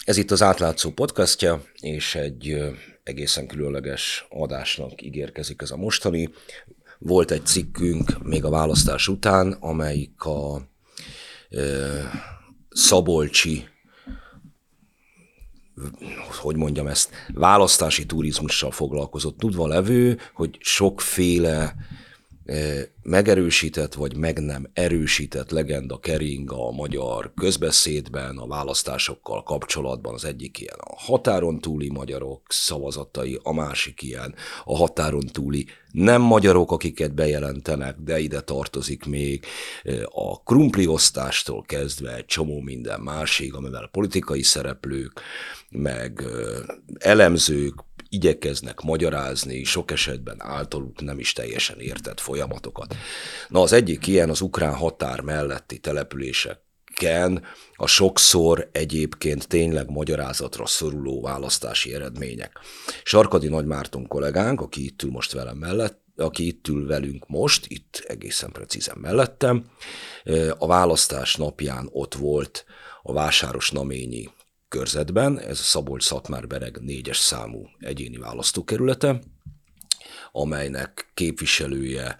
Ez itt az Átlátszó podcastja, és egy egészen különleges adásnak ígérkezik ez a mostani. Volt egy cikkünk még a választás után, amelyik a szabolcsi, hogy mondjam ezt, választási turizmussal foglalkozott. Tudva levő, hogy sokféle megerősített vagy meg nem erősített legenda kering a magyar közbeszédben, a választásokkal kapcsolatban. Az egyik ilyen a határon túli magyarok szavazatai, a másik ilyen a határon túli nem magyarok, akiket bejelentenek, de ide tartozik még a krumpliosztástól kezdve egy csomó minden másig, amivel politikai szereplők, meg elemzők, igyekeznek magyarázni sok esetben általuk nem is teljesen értett folyamatokat. Na, az egyik ilyen az ukrán határ melletti településeken a sokszor egyébként tényleg magyarázatra szoruló választási eredmények. Sarkadi Nagymárton kollégánk, aki itt ül most velem mellett, aki itt ül velünk most, itt egészen precízen mellettem, a választás napján ott volt a Vásárosnaményi körzetben, ez a Szabolcs-Szatmár-Bereg 4-es számú egyéni választókerülete, amelynek képviselője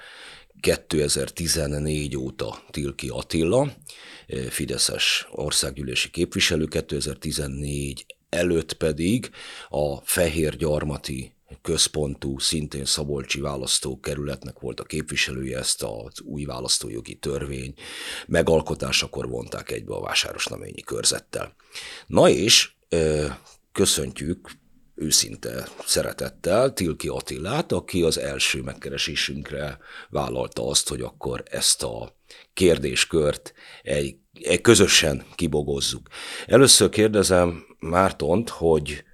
2014 óta Tilki Attila, fideszes országgyűlési képviselő, 2014 előtt pedig a Fehérgyarmati központú, szintén szabolcsi választókerületnek volt a képviselője, ezt az új választójogi törvény megalkotásakor vonták egybe a Vásárosnaményi körzettel. Na és köszöntjük őszinte szeretettel Tilki Attilát, aki az első megkeresésünkre vállalta azt, hogy akkor ezt a kérdéskört közösen kibogozzuk. Először kérdezem Mártont, hogy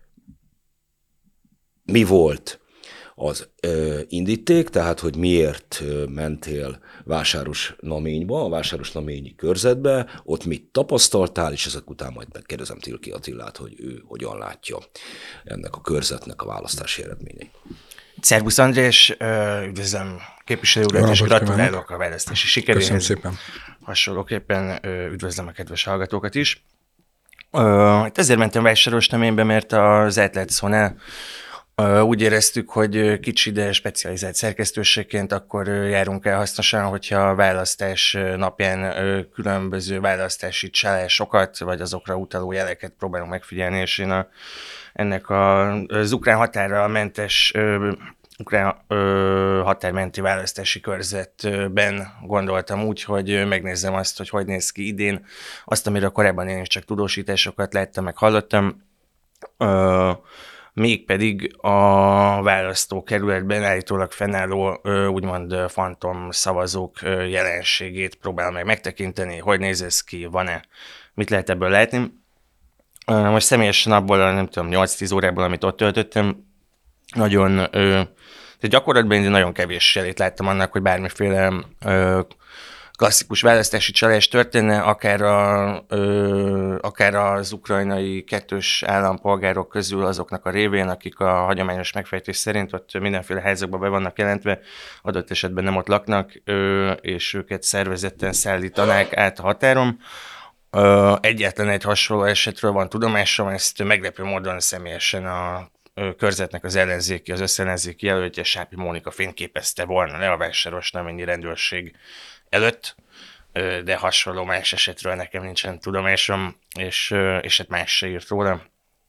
mi volt az indíték, tehát hogy miért mentél Vásárosnaményba, a Vásárosnaményi körzetbe, ott mit tapasztaltál, és ezek után majd megkérdezem Tilki Attilát, hogy ő hogyan látja ennek a körzetnek a választási eredményeit. Szervusz András, üdvözlöm képviselő urat, és gratulálok a választási sikeréhez. Köszönöm szépen. Hasonlóképpen üdvözlöm a kedves hallgatókat is. Ezért mentem Vásárosnaménybe, mert az Átlátszónál úgy éreztük, hogy kicsi, de specializált szerkesztőségként akkor járunk el hasznosan, hogyha a választás napján különböző választási csalásokat, vagy azokra utaló jeleket próbálunk megfigyelni, és én ennek az ukrán határral mentes ukrán határmenti választási körzetben gondoltam úgy, hogy megnézzem azt, hogy néz ki idén, azt, amiről korábban én is csak tudósításokat láttam, meg hallottam, mégpedig a választókerületben állítólag fennálló úgymond fantom szavazók jelenségét próbál meg megtekinteni, hogy néz ez ki, van-e, mit lehet ebből látni. Most személyesen abból, nem tudom, 8-10 órából, amit ott töltöttem, de gyakorlatban én nagyon kevés jelét láttam annak, hogy bármiféle klasszikus választási csalás történne, akár az ukrajnai kettős állampolgárok közül azoknak a révén, akik a hagyományos megfejtés szerint ott mindenféle helyzetbe be vannak jelentve, adott esetben nem ott laknak, és őket szervezetten szállítanák át a határon. Egyetlen egy hasonló esetről van tudomásom, ezt meglepő módon személyesen a körzetnek az összellenzéki jelöltje, Sápi Mónika fényképezte volna le a Vásárosnaményi rendőrség előtt, de hasonló más esetről nekem nincsen tudomásom, és hát más se írt róla.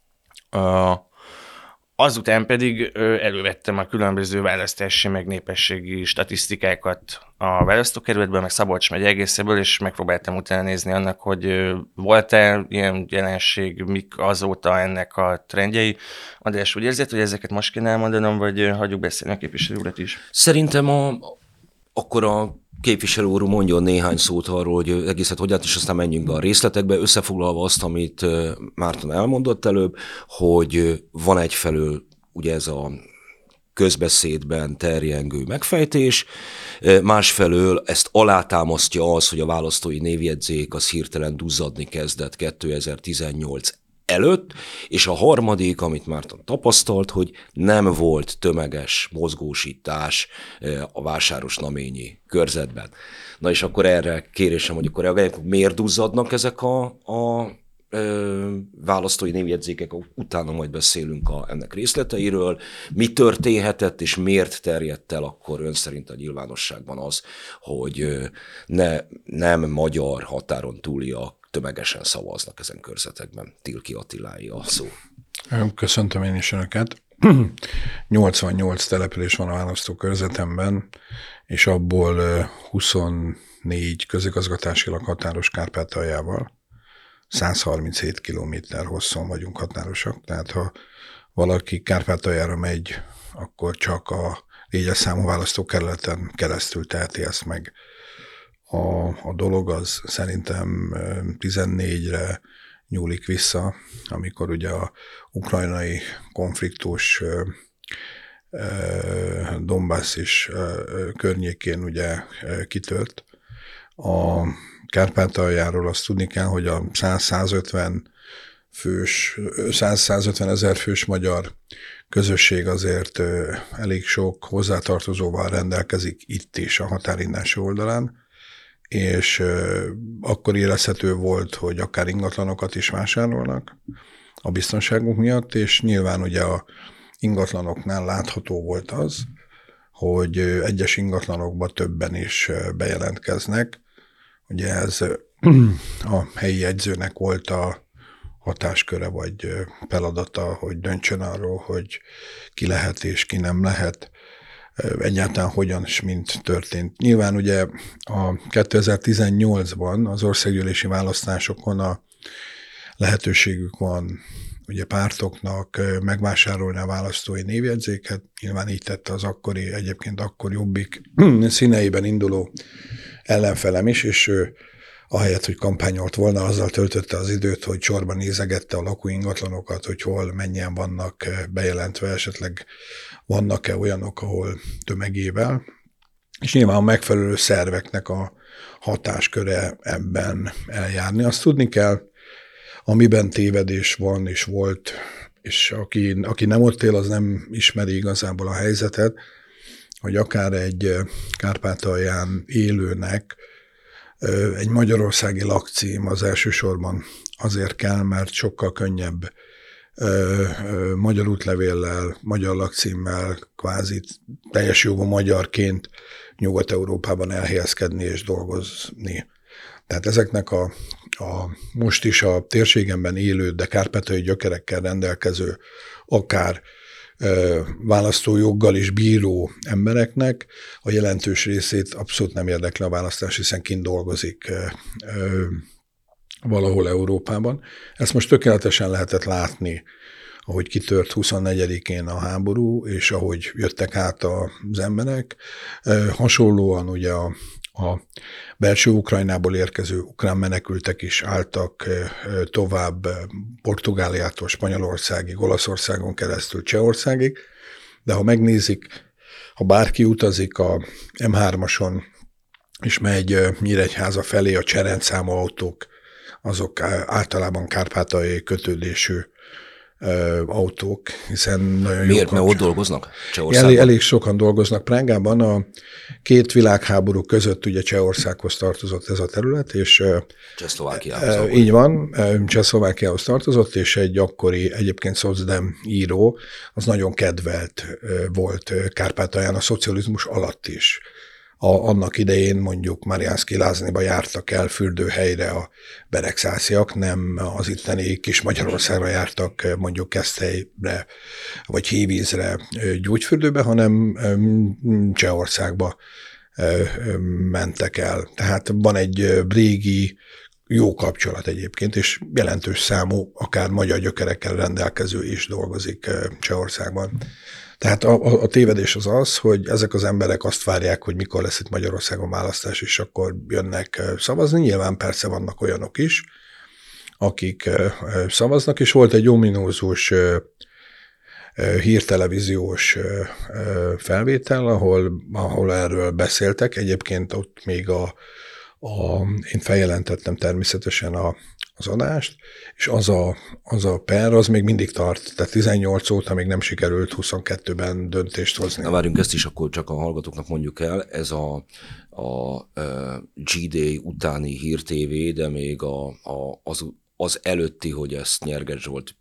Azután pedig elővettem a különböző választási meg népességi statisztikákat a választókerületből, meg Szabolcs megye egészéből, és megpróbáltam utána nézni annak, hogy volt-e ilyen jelenség, mik azóta ennek a trendjei. András, úgy érzed, hogy ezeket most kéne elmondanom, vagy hagyjuk beszélni a képviselő urat is? Szerintem akkor a képviselő úr mondjon néhány szót arról, hogy egészet hogy át, és aztán menjünk be a részletekbe, összefoglalva azt, amit Márton elmondott előbb, hogy van egyfelől ugye ez a közbeszédben terjengő megfejtés, másfelől ezt alátámasztja az, hogy a választói névjegyzék az hirtelen duzzadni kezdett 2018 előtt, és a harmadik, amit Márton tapasztalt, hogy nem volt tömeges mozgósítás a Vásárosnaményi körzetben. Na és akkor erre kérésem, hogy akkor reagálják, miért duzzadnak ezek a választói névjegyzékek, utána majd beszélünk ennek részleteiről. Mi történhetett és miért terjedt el akkor ön szerint a nyilvánosságban az, hogy nem magyar határon túliak tömegesen szavaznak ezen körzetekben? Tilki Attilái a szó. Köszöntöm én is Önöket. 88 település van a választókörzetemben, és abból 24 közigazgatásilag határos Kárpátaljával. 137 kilométer hosszon vagyunk határosak, tehát ha valaki Kárpátaljára megy, akkor csak a 4-es számú választókerületen keresztül teheti ezt meg. A dolog az szerintem 14-re nyúlik vissza, amikor ugye a ukrajnai konfliktus Donbass is környékkén ugye kitört. A Kárpátaljáról azt tudni kell, hogy a 100-150 ezer fős magyar közösség azért elég sok hozzátartozóval rendelkezik itt is a határindási oldalán, és akkor érezhető volt, hogy akár ingatlanokat is vásárolnak a biztonságuk miatt, és nyilván ugye a ingatlanoknál látható volt az, hogy egyes ingatlanokban többen is bejelentkeznek. Ugye ez a helyi jegyzőnek volt a hatásköre vagy feladata, hogy döntsön arról, hogy ki lehet és ki nem lehet, egyáltalán hogyan és mint történt. Nyilván ugye a 2018-ban az országgyűlési választásokon a lehetőségük van ugye pártoknak megvásárolni a választói névjegyzéket. Nyilván így tette az egyébként akkor Jobbik színeiben induló ellenfelem is, és ő ahelyett, hogy kampányolt volna, azzal töltötte az időt, hogy sorban nézegette a lakóingatlanokat, hogy hol mennyien vannak bejelentve, esetleg vannak-e olyanok, ahol tömegével. És nyilván a megfelelő szerveknek a hatásköre ebben eljárni. Azt tudni kell, amiben tévedés van és volt, és aki nem ott él, az nem ismeri igazából a helyzetet, hogy akár egy Kárpátalján élőnek egy magyarországi lakcím az elsősorban azért kell, mert sokkal könnyebb magyar útlevéllel, magyar lakcímmel, kvázi teljes jogú magyarként Nyugat-Európában elhelyezkedni és dolgozni. Tehát ezeknek a most is a térségemben élő, de kárpátaljai gyökerekkel rendelkező, akár választójoggal is bíró embereknek a jelentős részét abszolút nem érdekli a választás, hiszen kint dolgozik valahol Európában. Ezt most tökéletesen lehetett látni, ahogy kitört 24-én a háború, és ahogy jöttek át az emberek. Hasonlóan ugye a belső Ukrajnából érkező ukrán menekültek is álltak tovább Portugáliától Spanyolországig, Olaszországon keresztül Csehországig, de ha megnézik, ha bárki utazik a M3-ason és megy Nyíregyháza felé, a cserendszámú autók, azok általában kárpátaljai kötődésű autók, hiszen nagyon Miért? Mert ott dolgoznak Csehországban? Elég sokan dolgoznak Prágában. A két világháború között ugye Csehországhoz tartozott ez a terület, és Csehszlovákiához. Így van, Csehszlovákiához tartozott, és egy akkori egyébként szocdem író, az nagyon kedvelt volt Kárpátalján a szocializmus alatt is. Annak idején mondjuk Mariánszky Láznyba jártak el fürdőhelyre a beregszásziak, nem az itteni kis Magyarországra jártak mondjuk Keszthelyre vagy Hévízre gyógyfürdőbe, hanem Csehországba mentek el. Tehát van egy régi jó kapcsolat egyébként, és jelentős számú, akár magyar gyökerekkel rendelkező is dolgozik Csehországban. Tehát a tévedés az az, hogy ezek az emberek azt várják, hogy mikor lesz itt Magyarországon választás, és akkor jönnek szavazni. Nyilván persze vannak olyanok is, akik szavaznak, és volt egy ominózus hírtelevíziós felvétel, ahol erről beszéltek. Egyébként ott még én feljelentettem természetesen az adást, és az a per, az még mindig tart, tehát 18 óta még nem sikerült 22-ben döntést hozni. Na várjunk, ezt is akkor csak a hallgatóknak mondjuk el, ez a G-Day utáni hírtévé, de még az előtti, hogy ezt Nyerges Zsolt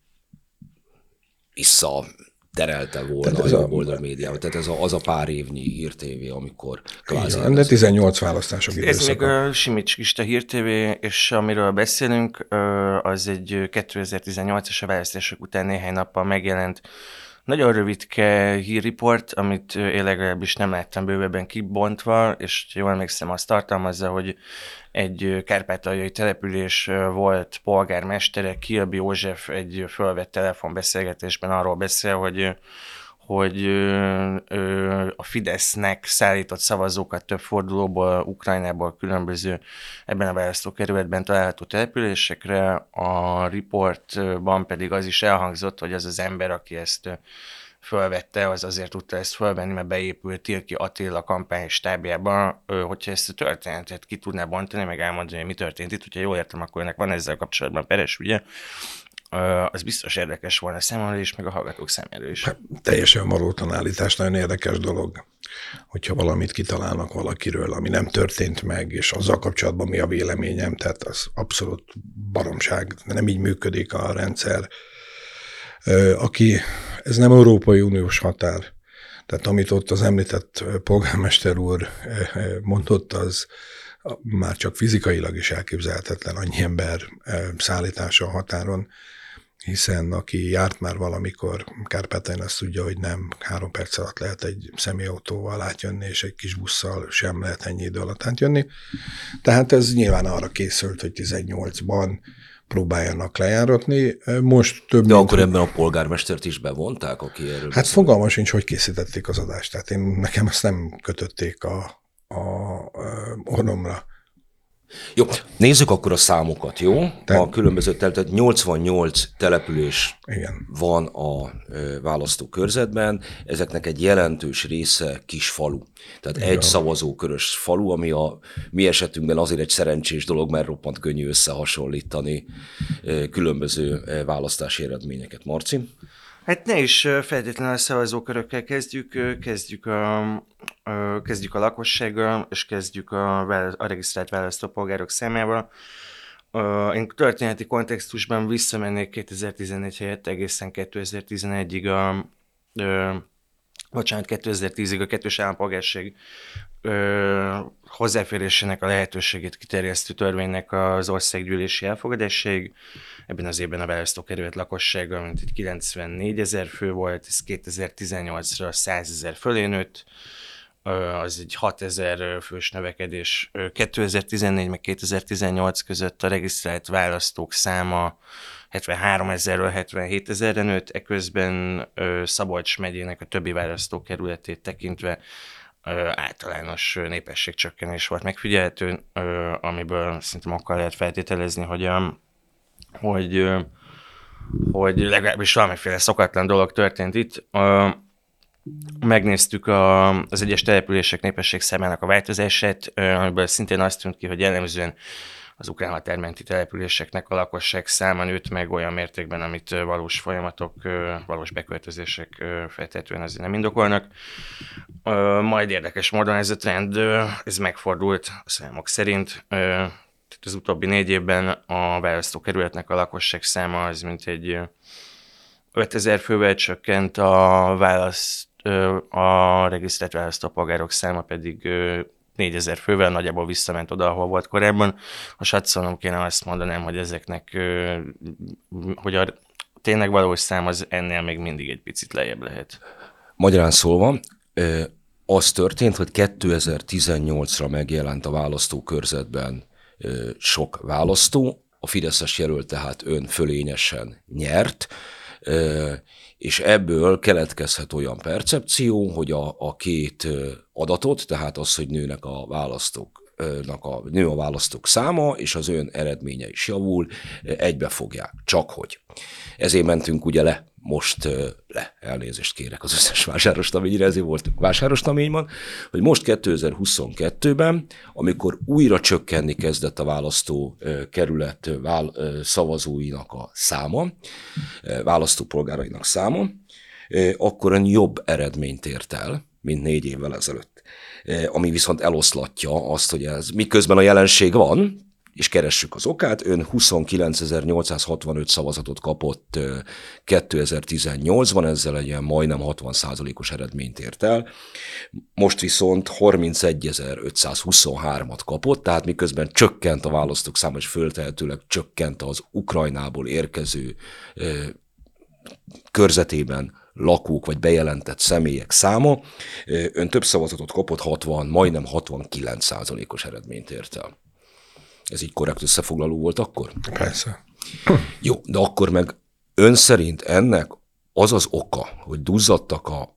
visszaterelte volna a jobboldali médiába. Tehát ez az a pár évnyi Hír TV, amikor kvázi... De 18 választások Ez még időszaka. a Simics Kista Hír TV, és amiről beszélünk, az egy 2018-as választások után néhány nappal megjelent nagyon rövidke hírriport, amit én legalábbis nem láttam bővebben kibontva, és jól emlékszem, azt tartalmazza, hogy egy kárpátaljai település volt polgármestere, Kilby József egy fölvett telefonbeszélgetésben arról beszél, hogy a Fidesznek szállított szavazókat több fordulóból, Ukrajnából különböző ebben a választókerületben található településekre. A riportban pedig az is elhangzott, hogy az az ember, aki ezt fölvette, az azért tudta ezt fölvenni, mert beépült Tilki Attila kampány stábjába, hogyha ezt a történetet ki tudná bontani, meg elmondani, hogy mi történt itt, hogyha jól értem, akkor ennek van ezzel kapcsolatban peres ügye, az biztos érdekes volna számomra is, meg a hallgatók számára is. Teljesen valótlan állítás, nagyon érdekes dolog, hogyha valamit kitalálnak valakiről, ami nem történt meg, és azzal kapcsolatban mi a véleményem, tehát az abszolút baromság, nem így működik a rendszer. Ez nem Európai Uniós határ, tehát amit ott az említett polgármester úr mondott, az már csak fizikailag is elképzelhetetlen, annyi ember szállítása a határon, hiszen aki járt már valamikor Kárpátalján, azt tudja, hogy nem 3 perc alatt lehet egy személyautóval átjönni, és egy kis busszal sem lehet ennyi idő alatt átjönni. Tehát ez nyilván arra készült, hogy 18-ban próbáljanak lejáratni. Most több De akkor ebben a polgármestert is bevonták, aki erről Hát fogalmam sincs, hogy készítették az adást. Tehát nekem ezt nem kötötték a orromra. Jó, nézzük akkor a számokat, jó? A különböző, tehát 88 település Igen. van a választókörzetben, ezeknek egy jelentős része kis falu. Tehát egy szavazókörös falu, ami a mi esetünkben azért egy szerencsés dolog, mert roppant könnyű összehasonlítani különböző választási eredményeket. Marci? Hát ne is feltétlenül a szavazókörökkel kezdjük a lakossággal, és kezdjük a regisztrált választópolgárok számával. Én történeti kontextusban visszamennék 2014 helyett egészen 2011-ig 2010-ig a kettős állampolgárság hozzáférésének a lehetőségét kiterjesztő törvénynek az országgyűlési elfogadásáig. Ebben az évben a választókerület lakossága mintegy 94 000 fő volt, ez 2018-ra 100 000 fölé nőtt, az egy 6 000 fős növekedés. 2014 meg 2018 között a regisztrált választók száma 73 000-ről 77 000-re nőtt, eközben Szabolcs megyének a többi választókerületét tekintve általános népességcsökkenés volt megfigyelhető, amiből szerintem akkor lehet feltételezni, hogy legalábbis valamiféle szokatlan dolog történt itt. Megnéztük az egyes települések népességszámának a változását, amiből szintén azt tűnt ki, hogy jellemzően az ukrán határmenti településeknek a lakosság száma nőtt meg olyan mértékben, amit valós folyamatok, valós beköltözések feltétlenül azért nem indokolnak. Majd érdekes módon ez a trend, ez megfordult a számok szerint. Tehát az utóbbi 4 évben a választókerületnek a lakosság száma az mintegy 5000 fővel csökkent, a regisztrált választópolgárok száma pedig 4000 fővel nagyjából visszament oda, ahol volt korábban. Ha satszolnom kéne, azt mondanám, hogy ezeknek, hogy a tényleg valós szám az ennél még mindig egy picit lejjebb lehet. Magyarán szólva, az történt, hogy 2018-ra megjelent a választókörzetben sok választó, a fideszes jelölt tehát önfölényesen nyert, és ebből keletkezhet olyan percepció, hogy a két adatot, tehát az, hogy nő a választók száma, és az ön eredménye is javul, egybefogják. Csakhogy. Ezért mentünk ugye elnézést kérek az összes vásárostaményre, ezért voltunk vásárostaményban, hogy most 2022-ben, amikor újra csökkenni kezdett a választókerület szavazóinak a száma, választópolgárainak száma, akkor jobb eredményt ért el, mint 4 évvel ezelőtt. Ami viszont eloszlatja azt, hogy ez miközben a jelenség van, és keressük az okát. Ön 29.865 szavazatot kapott 2018-ban, ezzel egy ilyen majdnem 60%-os eredményt ért el. Most viszont 31.523-at kapott, tehát miközben csökkent a választók száma, és föltehetőleg csökkent az Ukrajnából érkező körzetében lakók vagy bejelentett személyek száma, ön több szavazatot kapott, majdnem 69%-os eredményt ért el. Ez így korrekt összefoglaló volt akkor? Persze. Jó, de akkor meg ön szerint ennek az az oka, hogy duzzadtak a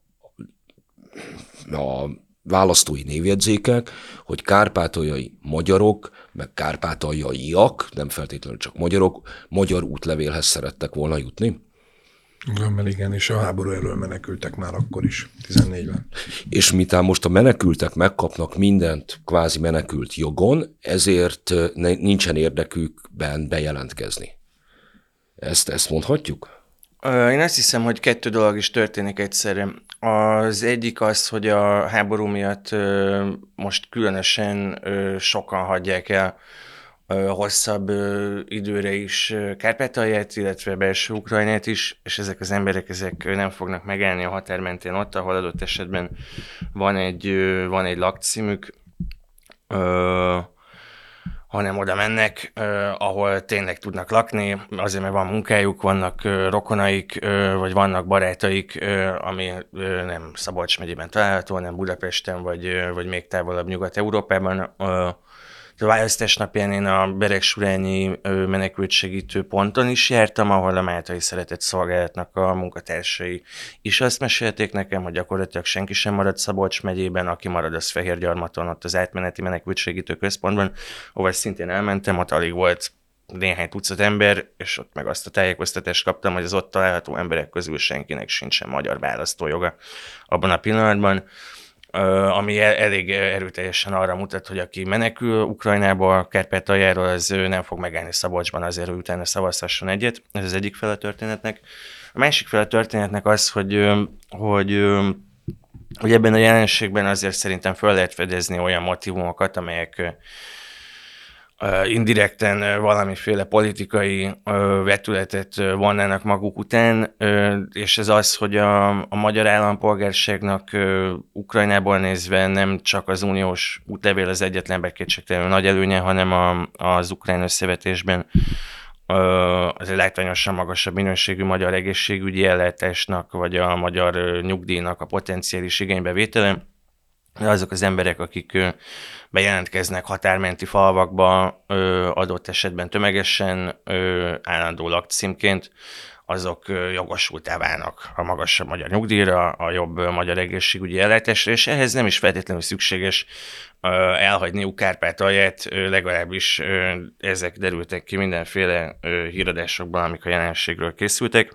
választói névjegyzékek, hogy kárpátaljai magyarok, meg kárpátaljaiak, nem feltétlenül csak magyarok, magyar útlevélhez szerettek volna jutni? Különben igen, és a háború elől menekültek már akkor is, 14-ben. És miután most a menekültek megkapnak mindent kvázi menekült jogon, ezért nincsen érdekükben bejelentkezni. Ezt mondhatjuk? Én azt hiszem, hogy 2 dolog is történik egyszerre. Az egyik az, hogy a háború miatt most különösen sokan hagyják el hosszabb időre is Kárpátalját, illetve belső Ukrajnát is, és ezek az emberek nem fognak megállni a határ mentén ott, ahol adott esetben van egy lakcímük, hanem oda mennek, ahol tényleg tudnak lakni, azért mert van munkájuk, vannak rokonaik, vagy vannak barátaik, ami nem Szabolcs megyében található, hanem Budapesten, vagy még távolabb Nyugat-Európában. A választás napján én a Beregsurányi menekültsegítő ponton is jártam, ahol a Máltai Szeretett Szolgálatnak a munkatársai is azt mesélték nekem, hogy gyakorlatilag senki sem marad Szabolcs megyében, aki marad, az Fehérgyarmaton, ott az átmeneti menekültsegítő központban, ahol szintén elmentem, ott alig volt néhány tucat ember, és ott meg azt a tájékoztatást kaptam, hogy az ott található emberek közül senkinek sincsen magyar választójoga abban a pillanatban. Ami elég erőteljesen arra mutat, hogy aki menekül Ukrajnába, Kárpátaljáról, az nem fog megállni Szabolcsban azért, hogy utána szavazhasson egyet. Ez az egyik fele a történetnek. A másik fele a történetnek az, hogy ebben a jelenségben azért szerintem föl lehet fedezni olyan motivumokat, amelyek indirekten valamiféle politikai vetületet vonnának maguk után, és ez az, hogy a magyar állampolgárságnak Ukrajnából nézve nem csak az uniós útlevél az egyetlen kétségtelenül nagy előnye, hanem az ukrán összevetésben az egy látványosan magasabb minőségű magyar egészségügyi ellátásnak, vagy a magyar nyugdíjnak a potenciális igénybevétele. Azok az emberek, akik bejelentkeznek határmenti falvakba, adott esetben tömegesen, állandó lakcímként, azok jogosultá válnak a magasabb magyar nyugdíjra, a jobb magyar egészségügyi ellátásra, és ehhez nem is feltétlenül szükséges elhagyniuk Kárpátalját, legalábbis ezek derültek ki mindenféle híradásokban, amik a jelenségről készültek.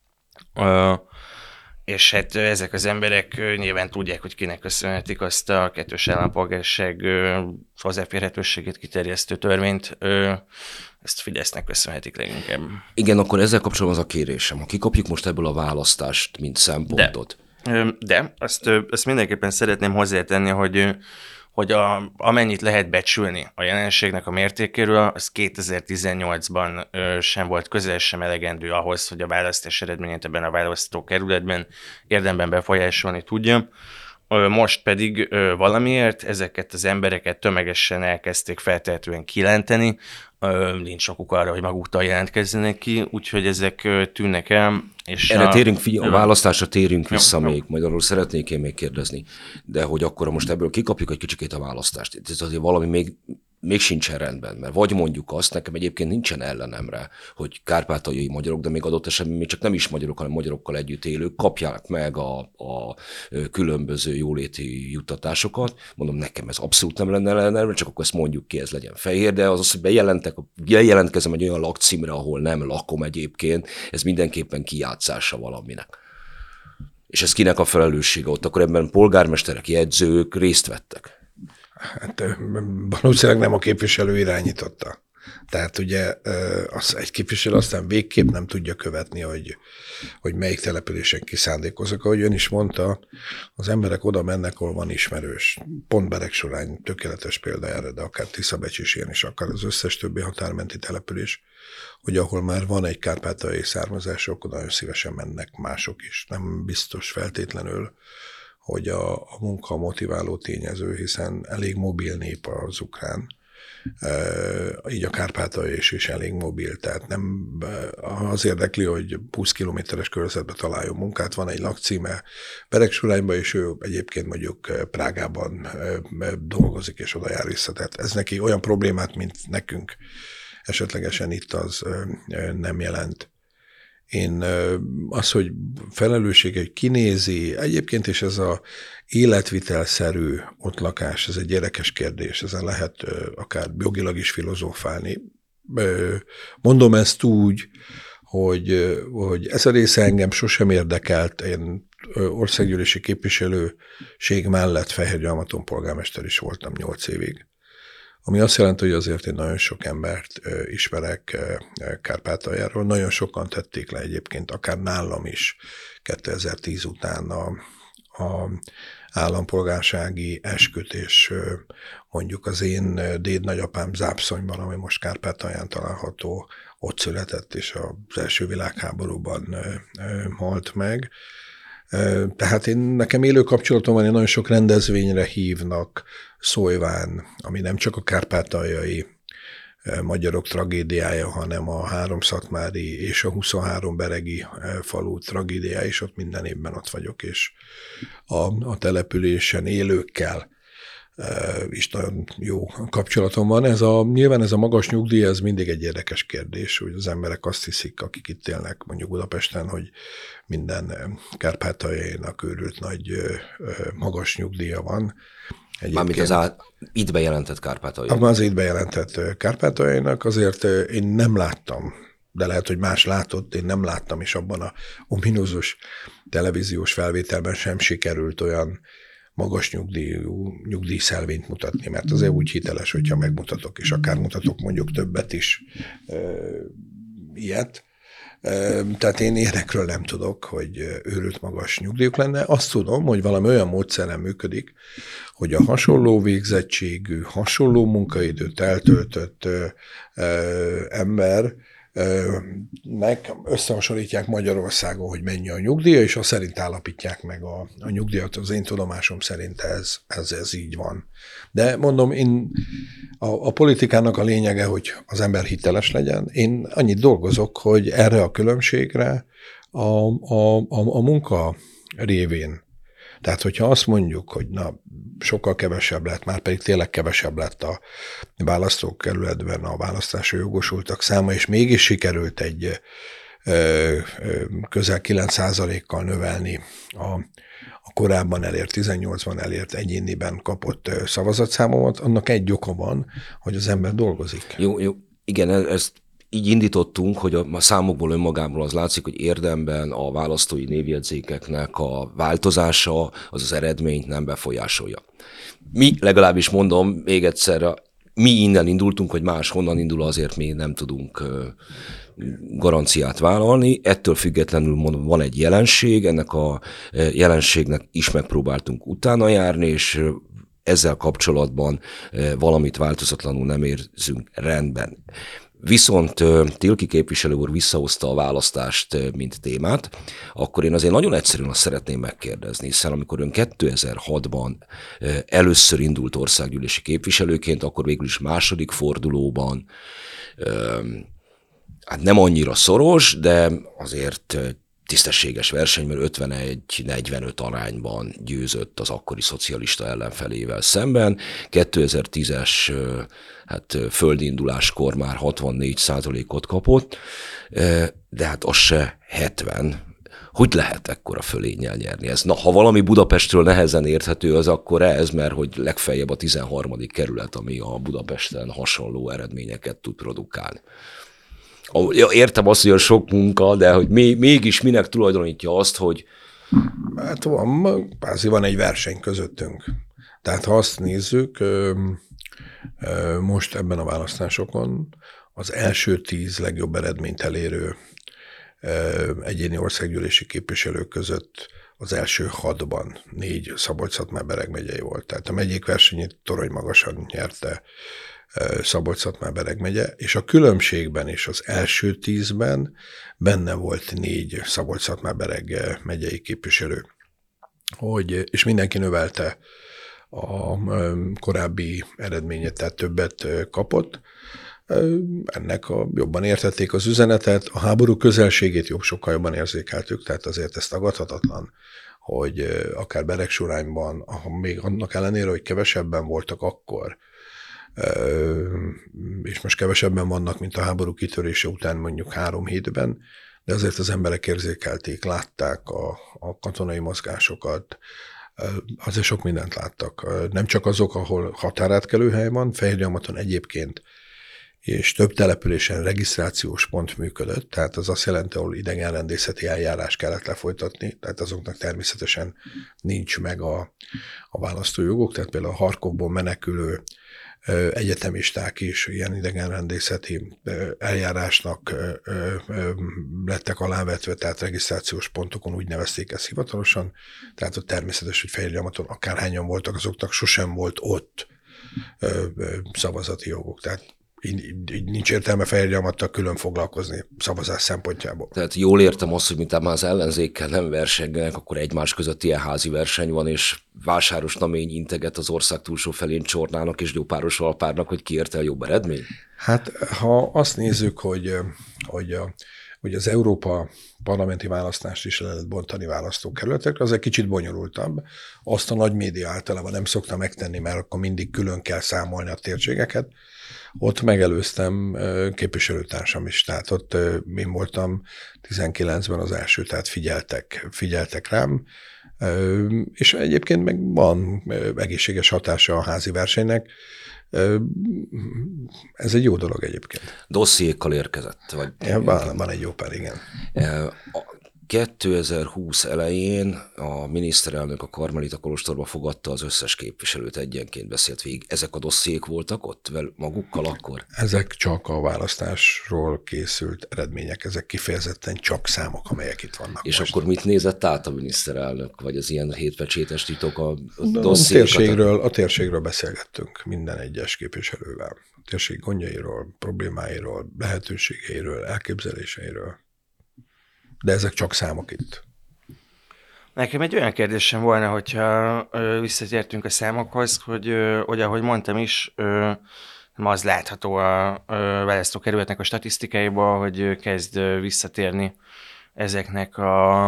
És hát ezek az emberek nyilván tudják, hogy kinek köszönhetik azt a kettős állampolgárság hozzáférhetőségét kiterjesztő törvényt. Ezt Fidesznek köszönhetik leginkább. Igen, akkor ezzel kapcsolatban az a kérésem. Ha kikapjuk most ebből a választást, mint szempontot. De azt mindenképpen szeretném hozzátenni, hogy amennyit lehet becsülni a jelenségnek a mértékéről, az 2018-ban sem volt közel sem elegendő ahhoz, hogy a választás eredményét ebben a választókerületben érdemben befolyásolni tudja. Most pedig valamiért ezeket az embereket tömegesen elkezdték feltehetően kilenteni, nincs okuk arra, hogy maguktól jelentkezzenek ki, úgyhogy ezek tűnnek el. És erre a választásra térünk vissza még, majd arról szeretnék én még kérdezni, de hogy akkor most ebből kikapjuk egy kicsikét a választást. Ez azért valami még sincsen rendben, mert vagy mondjuk azt, nekem egyébként nincsen ellenemre, hogy kárpátaljai magyarok, de még adott esetben még csak nem is magyarok, hanem magyarokkal együtt élők kapják meg a különböző jóléti juttatásokat. Mondom, nekem ez abszolút nem lenne ellenemre, csak akkor ezt mondjuk ki, ez legyen fehér, de az, hogy bejelentkezem egy olyan lakcímre, ahol nem lakom egyébként, ez mindenképpen kijátszása valaminek. És ez kinek a felelőssége ott? Akkor ebben polgármesterek, jegyzők részt vettek. Hát valószínűleg nem a képviselő irányította. Tehát ugye egy képviselő aztán végképp nem tudja követni, hogy melyik településen kiszándékoznak. Ahogy ön is mondta, az emberek oda mennek, ahol van ismerős. Pont Beregsorány tökéletes példa erre, de akár Tiszabecs is ilyen, és akár az összes többi határmenti település, hogy ahol már van egy kárpátaljai származás, akkor nagyon szívesen mennek mások is. Nem biztos feltétlenül, hogy a munka motiváló tényező, hiszen elég mobil nép az ukrán, így a Kárpátalja is elég mobil, tehát nem az érdekli, hogy 20 kilométeres körzetbe találjon munkát, van egy lakcíme Beregsurányban, és ő egyébként mondjuk Prágában dolgozik, és oda jár vissza. Tehát ez neki olyan problémát, mint nekünk esetlegesen itt az nem jelent. Én az, hogy felelősség, hogy kinézi, egyébként is ez a életvitelszerű ott lakás, ez egy érdekes kérdés, ezen lehet akár jogilag is filozófálni. Mondom ezt úgy, hogy ez a része engem sosem érdekelt. Én országgyűlési képviselőség mellett Fehérgyarmaton polgármester is voltam 8 évig. Ami azt jelenti, hogy azért én nagyon sok embert ismerek Kárpátaljáról. Nagyon sokan tették le egyébként, akár nálam is 2010 után a állampolgársági esküt, és mondjuk az én dédnagyapám Zápszonyban, ami most Kárpátalján található, ott született, és az első világháborúban halt meg. Tehát nekem élő kapcsolatom van, én nagyon sok rendezvényre hívnak, Szólyván, ami nem csak a kárpátaljai magyarok tragédiája, hanem a 3 szatmári és a 23 beregi falu tragédiája, és ott minden évben ott vagyok, és a településen élőkkel is nagyon jó kapcsolatom van. Nyilván ez a magas nyugdíj, ez mindig egy érdekes kérdés, hogy az emberek azt hiszik, akik itt élnek mondjuk Budapesten, hogy minden Kárpátaljainak őrült nagy magas nyugdíja van. Mármint az itt bejelentett Kárpátaljai. Az itt bejelentett Kárpátaljainak azért én nem láttam, de lehet, hogy más látott, én nem láttam, és abban a ominózus televíziós felvételben sem sikerült olyan magas nyugdíjszelvényt mutatni, mert azért úgy hiteles, hogyha megmutatok, és akár mutatok mondjuk többet is ilyet. Tehát én ilyenekről nem tudok, hogy őrült magas nyugdíjuk lenne. Azt tudom, hogy valami olyan módszeren működik, hogy a hasonló végzettségű, hasonló munkaidőt eltöltött ember összehasonlítják Magyarországon, hogy mennyi a nyugdíja, és azt szerint állapítják meg a nyugdíjat. Az én tudomásom szerint ez így van. De mondom, a politikának a lényege, hogy az ember hiteles legyen. Én annyit dolgozok, hogy erre a különbségre a munka révén. Tehát, hogyha azt mondjuk, hogy sokkal kevesebb lett, már pedig tényleg kevesebb lett a választókerületben a választásra jogosultak száma, és mégis sikerült egy közel 9%-kal növelni a korábban elért, 18-ban elért egyéniben kapott szavazatszámomat, annak egy oka van, hogy az ember dolgozik. Jó, igen, ezt így indítottunk, hogy a számokból önmagából az látszik, hogy érdemben a választói névjegyzékeknek a változása az eredményt nem befolyásolja. Mi, legalábbis mondom még egyszer, mi innen indultunk, hogy más honnan indul, azért még nem tudunk garanciát vállalni. Ettől függetlenül mondom, van egy jelenség, ennek a jelenségnek is megpróbáltunk utána járni, és ezzel kapcsolatban valamit változatlanul nem érzünk rendben. Viszont Tilki képviselő úr visszahozta a választást, mint témát, akkor én azért nagyon egyszerűen azt szeretném megkérdezni, hiszen amikor ön 2006-ban először indult országgyűlési képviselőként, akkor végül is második fordulóban, hát nem annyira szoros, de azért tisztességes versenyben 51-45 arányban győzött az akkori szocialista ellenfelével szemben. 2010-es földinduláskor már 64%-ot kapott, de hát az se 70. Hogy lehet ekkora fölénnyel nyerni ez? Ha valami Budapestről nehezen érthető, az akkor ez, mert hogy legfeljebb a 13. kerület, ami a Budapesten hasonló eredményeket tud produkálni. Értem azt, hogy a sok munka, de hogy mégis minek tulajdonítja azt, hogy... Hát van egy verseny közöttünk. Tehát ha azt nézzük, Most ebben a választásokon az első 10 legjobb eredményt elérő egyéni országgyűlési képviselők között az első 6-ban 4 Szabolcs-Szatmár-Bereg megyei volt. Tehát a megyék versenyét torony magasan nyerte Szabolcs-Szatmár-Bereg megye, és a különbségben is az első 10-ben benne volt 4 Szabolcs-Szatmár-Bereg megyei képviselő. És mindenki növelte a korábbi eredményet, tehát többet kapott. Ennek jobban értették az üzenetet, a háború közelségét sokkal jobban érzékeltük, tehát azért ez tagadhatatlan, hogy akár Beregsurányban, még annak ellenére, hogy kevesebben voltak akkor, és most kevesebben vannak, mint a háború kitörése után mondjuk 3 hétben, de azért az emberek érzékelték, látták a katonai mozgásokat, azért sok mindent láttak. Nem csak azok, ahol határátkelő hely van, Fehérgyarmaton egyébként, és több településen regisztrációs pont működött, tehát az azt jelenti, ahol idegenrendészeti eljárás kellett lefolytatni, tehát azoknak természetesen nincs meg a választójogok, tehát például a Harkovból menekülő egyetemisták is ilyen idegenrendészeti eljárásnak lettek alávetve, tehát regisztrációs pontokon úgy nevezték ezt hivatalosan, tehát ott természetes, hogy Fehérgyarmaton akárhányan voltak, azoknak sosem volt ott szavazati joguk, tehát így nincs értelme Fehérgyarmattal külön foglalkozni szavazás szempontjából. Tehát jól értem azt, hogy mintán már az ellenzékkel nem versengenek, akkor egymás között ilyen házi verseny van, és Vásáros Namény integet az ország túlsó felén Csornának és Gyópáros Alpárnak, hogy ki ért el jobb eredmény? Hát, ha azt nézzük, hogy az Európa parlamenti választást is le lehet bontani választókerületekre, az egy kicsit bonyolultabb. Azt a nagy média általában nem szokta megtenni, mert akkor mindig külön kell számolni a térségeket. Ott megelőztem képviselőtársam is, tehát ott én voltam 19-ben az első, tehát figyeltek rám, és egyébként meg van egészséges hatása a házi versenynek. Ez egy jó dolog egyébként. Dossziékkal érkezett? Vagy Van egy jó pár, igen. 2020 elején a miniszterelnök a Karmelita Kolostorba fogadta az összes képviselőt, egyenként beszélt végig. Ezek a dossziék voltak ott magukkal akkor? Ezek csak a választásról készült eredmények, ezek kifejezetten csak számok, amelyek itt vannak. És most. akkor mit nézett át a miniszterelnök, vagy az ilyen hétpecsétes titok a dossziékat? A térségről beszélgettünk minden egyes képviselővel. A térség gondjairól, problémáiról, lehetőségeiről, elképzeléseiről. De ezek csak számok itt. Nekem egy olyan kérdésem volna, hogyha visszatértünk a számokhoz, hogy ahogy mondtam is, az látható a választókerületnek a statisztikáiból, hogy kezd visszatérni ezeknek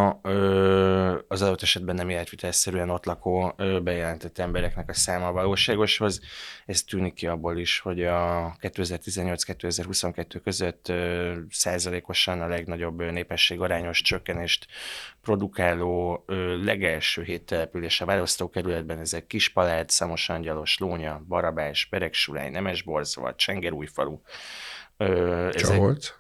az adott esetben nem életvitelszerűen ott lakó bejelentett embereknek a száma a valóságoshoz. Ez tűnik ki abból is, hogy a 2018-2022 között százalékosan a legnagyobb népességarányos csökkenést produkáló legelső 7 település a választókerületben, ezek Kispalád, Szamosangyalosd, Lónya, Barabás, Beregsurány, Nemesborzva, Csengerújfalu. Csaholc?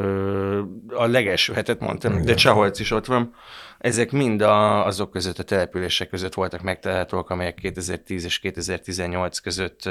A legelső hetet mondtam, de Csaholc is ott van. Ezek mind azok között, a települések között voltak megtalálhatók, amelyek 2010 és 2018 között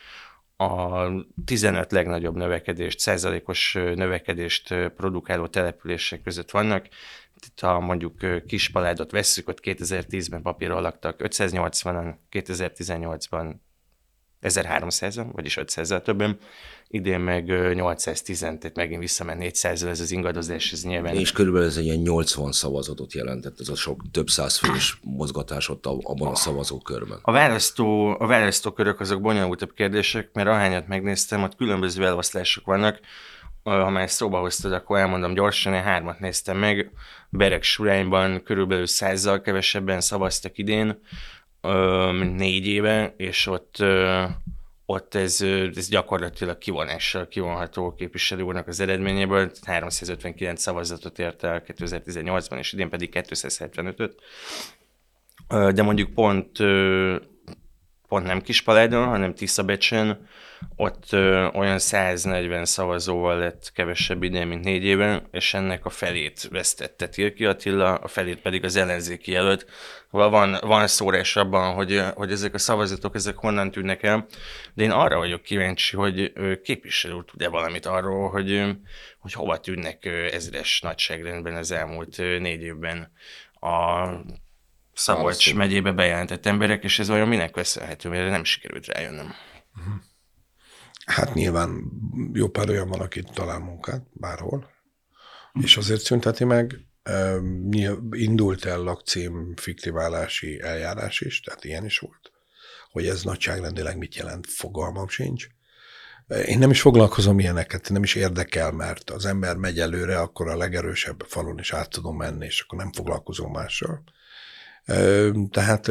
a 15 legnagyobb növekedést, százalékos növekedést produkáló települések között vannak. Itt, ha mondjuk Kispaládot vesszük, ott 2010-ben papíron laktak 580-an, 2018-ban 1300-an, vagyis 500-zal többen, idén meg 810, tehát megint visszament 400-zel ez az ingadozás, ez nyilván. És körülbelül ez egy ilyen 80 szavazatot jelentett, ez a sok több száz fős mozgatás ott abban a szavazókörben. A választókörök azok bonyolultabb kérdések, mert ahányat megnéztem, ott különböző eloszlások vannak. Ha már szóba hoztad, akkor elmondom gyorsan, én 3 néztem meg. Beregsurányban körülbelül 100-zal kevesebben szavaztak idén, mint 4 éve, és ott ez gyakorlatilag kivonással kivonható képviselő úrnak az eredményéből. 359 szavazatot ért el 2018-ban, és idén pedig 275-öt. De mondjuk pont pont nem Kispalájdon, hanem Tiszabecsen, ott olyan 140 szavazóval lett kevesebb idén, mint 4 éven, és ennek a felét vesztette Tilki Attila, a felét pedig az ellenzéki jelölt. Van szórás abban, hogy ezek a szavazatok, ezek honnan tűnnek el, de én arra vagyok kíváncsi, hogy képviselő úr tud-e valamit arról, hogy hova tűnnek ezres nagyságrendben az elmúlt 4 évben a Szabolcs megyébe bejelentett emberek, és ez olyan minek köszönhető, mert nem sikerült rájönnöm. Hát nyilván jó pár olyan van, aki talál munkát bárhol, és azért szünteti meg. Indult el lakcím fiktiválási eljárás is, tehát ilyen is volt. Hogy ez nagyságrendileg mit jelent, fogalmam sincs. Én nem is foglalkozom ilyeneket, nem is érdekel, mert az ember megy előre, akkor a legerősebb falon is át tudom menni, és akkor nem foglalkozom mással. Tehát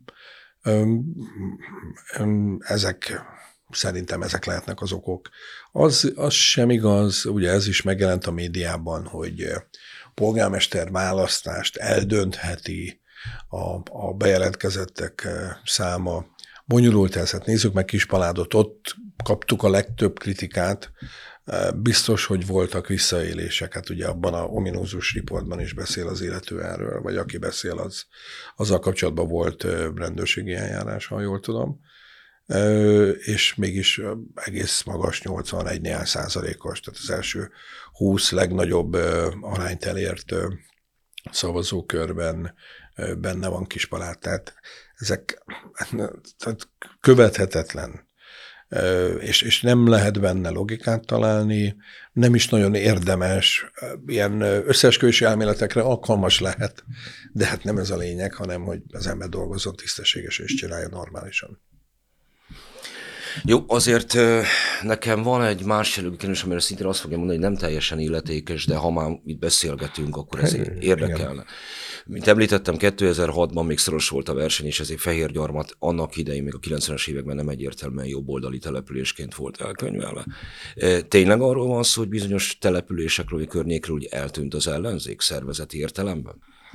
szerintem ezek lehetnek az okok. Az sem igaz, ugye ez is megjelent a médiában, hogy polgármester választást eldöntheti a bejelentkezettek száma. Bonyolult ez, hát nézzük meg Kispaládot, ott kaptuk a legtöbb kritikát, biztos, hogy voltak visszaélések, hát ugye abban a ominózus riportban is beszél az illető erről, vagy aki beszél, azzal kapcsolatban volt rendőrségi eljárás, ha jól tudom, és mégis egész magas 81 néhány százalékos, tehát az első 20 legnagyobb arányt elért szavazókörben benne van Kispalád, tehát ezek tehát követhetetlen, és nem lehet benne logikát találni, nem is nagyon érdemes, ilyen összeesküvési elméletekre alkalmas lehet, de hát nem ez a lényeg, hanem hogy az ember dolgozzon tisztességesen és csinálja normálisan. Jó, azért nekem van egy más jellegű kérdés, amire szintén azt fogja mondani, hogy nem teljesen illetékes, de ha már itt beszélgetünk, akkor ez érdekelne. Igen. Mint említettem, 2006-ban még szoros volt a verseny, és ezért Fehérgyarmat annak idején, még a 90-es években nem egyértelműen jobboldali településként volt elkönyvelve. Tényleg arról van szó, hogy bizonyos településekről vagy környékről úgy eltűnt az ellenzék szervezeti értelemben?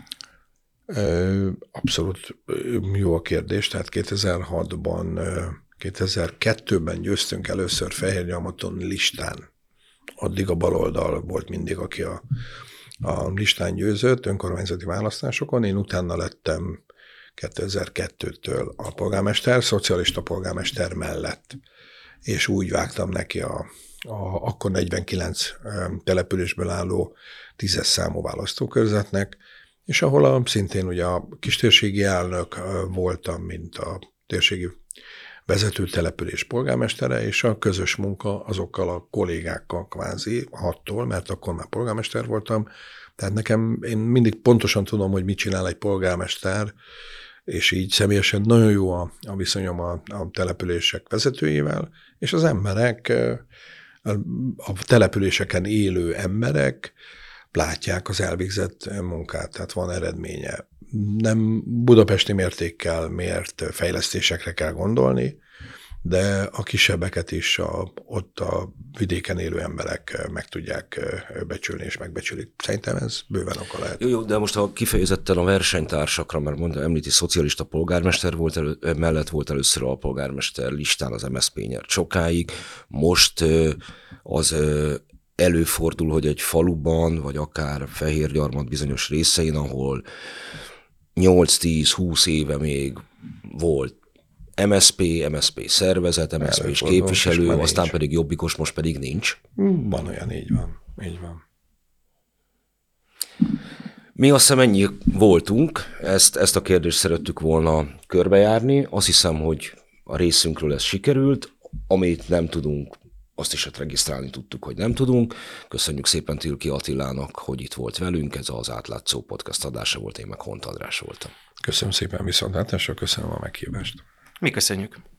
Abszolút jó a kérdés. Tehát 2002-ben győztünk először Fehérgyarmaton listán. Addig a baloldal volt mindig, aki a listán győzött önkormányzati választásokon. Én utána lettem 2002-től a polgármester, szocialista polgármester mellett, és úgy vágtam neki akkor 49 településből álló 10-es számú választókörzetnek, és ahol szintén ugye a kistérségi elnök voltam, mint a térségi vezető település polgármestere, és a közös munka azokkal a kollégákkal kvázi 6-tól, mert akkor már polgármester voltam. Tehát én mindig pontosan tudom, hogy mit csinál egy polgármester, és így személyesen nagyon jó a viszonyom a települések vezetőivel, és az emberek, a településeken élő emberek látják az elvégzett munkát, tehát van eredménye. Nem budapesti mértékkel mért fejlesztésekre kell gondolni, de a kisebbeket is ott a vidéken élő emberek meg tudják becsülni és megbecsülik. Szerintem ez bőven oka lehet. Jó, de most ha kifejezetten a versenytársakra, mert említi szocialista polgármester mellett volt először a polgármester listán az MSZP nyert sokáig, most az előfordul, hogy egy faluban, vagy akár Fehérgyarmat bizonyos részein, ahol 8-10-20 éve még volt MSZP szervezet, MSZP-s képviselő, aztán nincs. Pedig jobbikos, most pedig nincs. Van olyan, így van. Mi azt hiszem ennyi voltunk, ezt a kérdést szerettük volna körbejárni. Azt hiszem, hogy a részünkről ez sikerült, amit nem tudunk, azt is regisztrálni tudtuk, hogy nem tudunk. Köszönjük szépen Tilki Attilának, hogy itt volt velünk. Ez az Átlátszó podcast adása volt, én meg Hont András voltam. Köszönöm szépen viszontlátásra, köszönöm a meghívást. Mi köszönjük.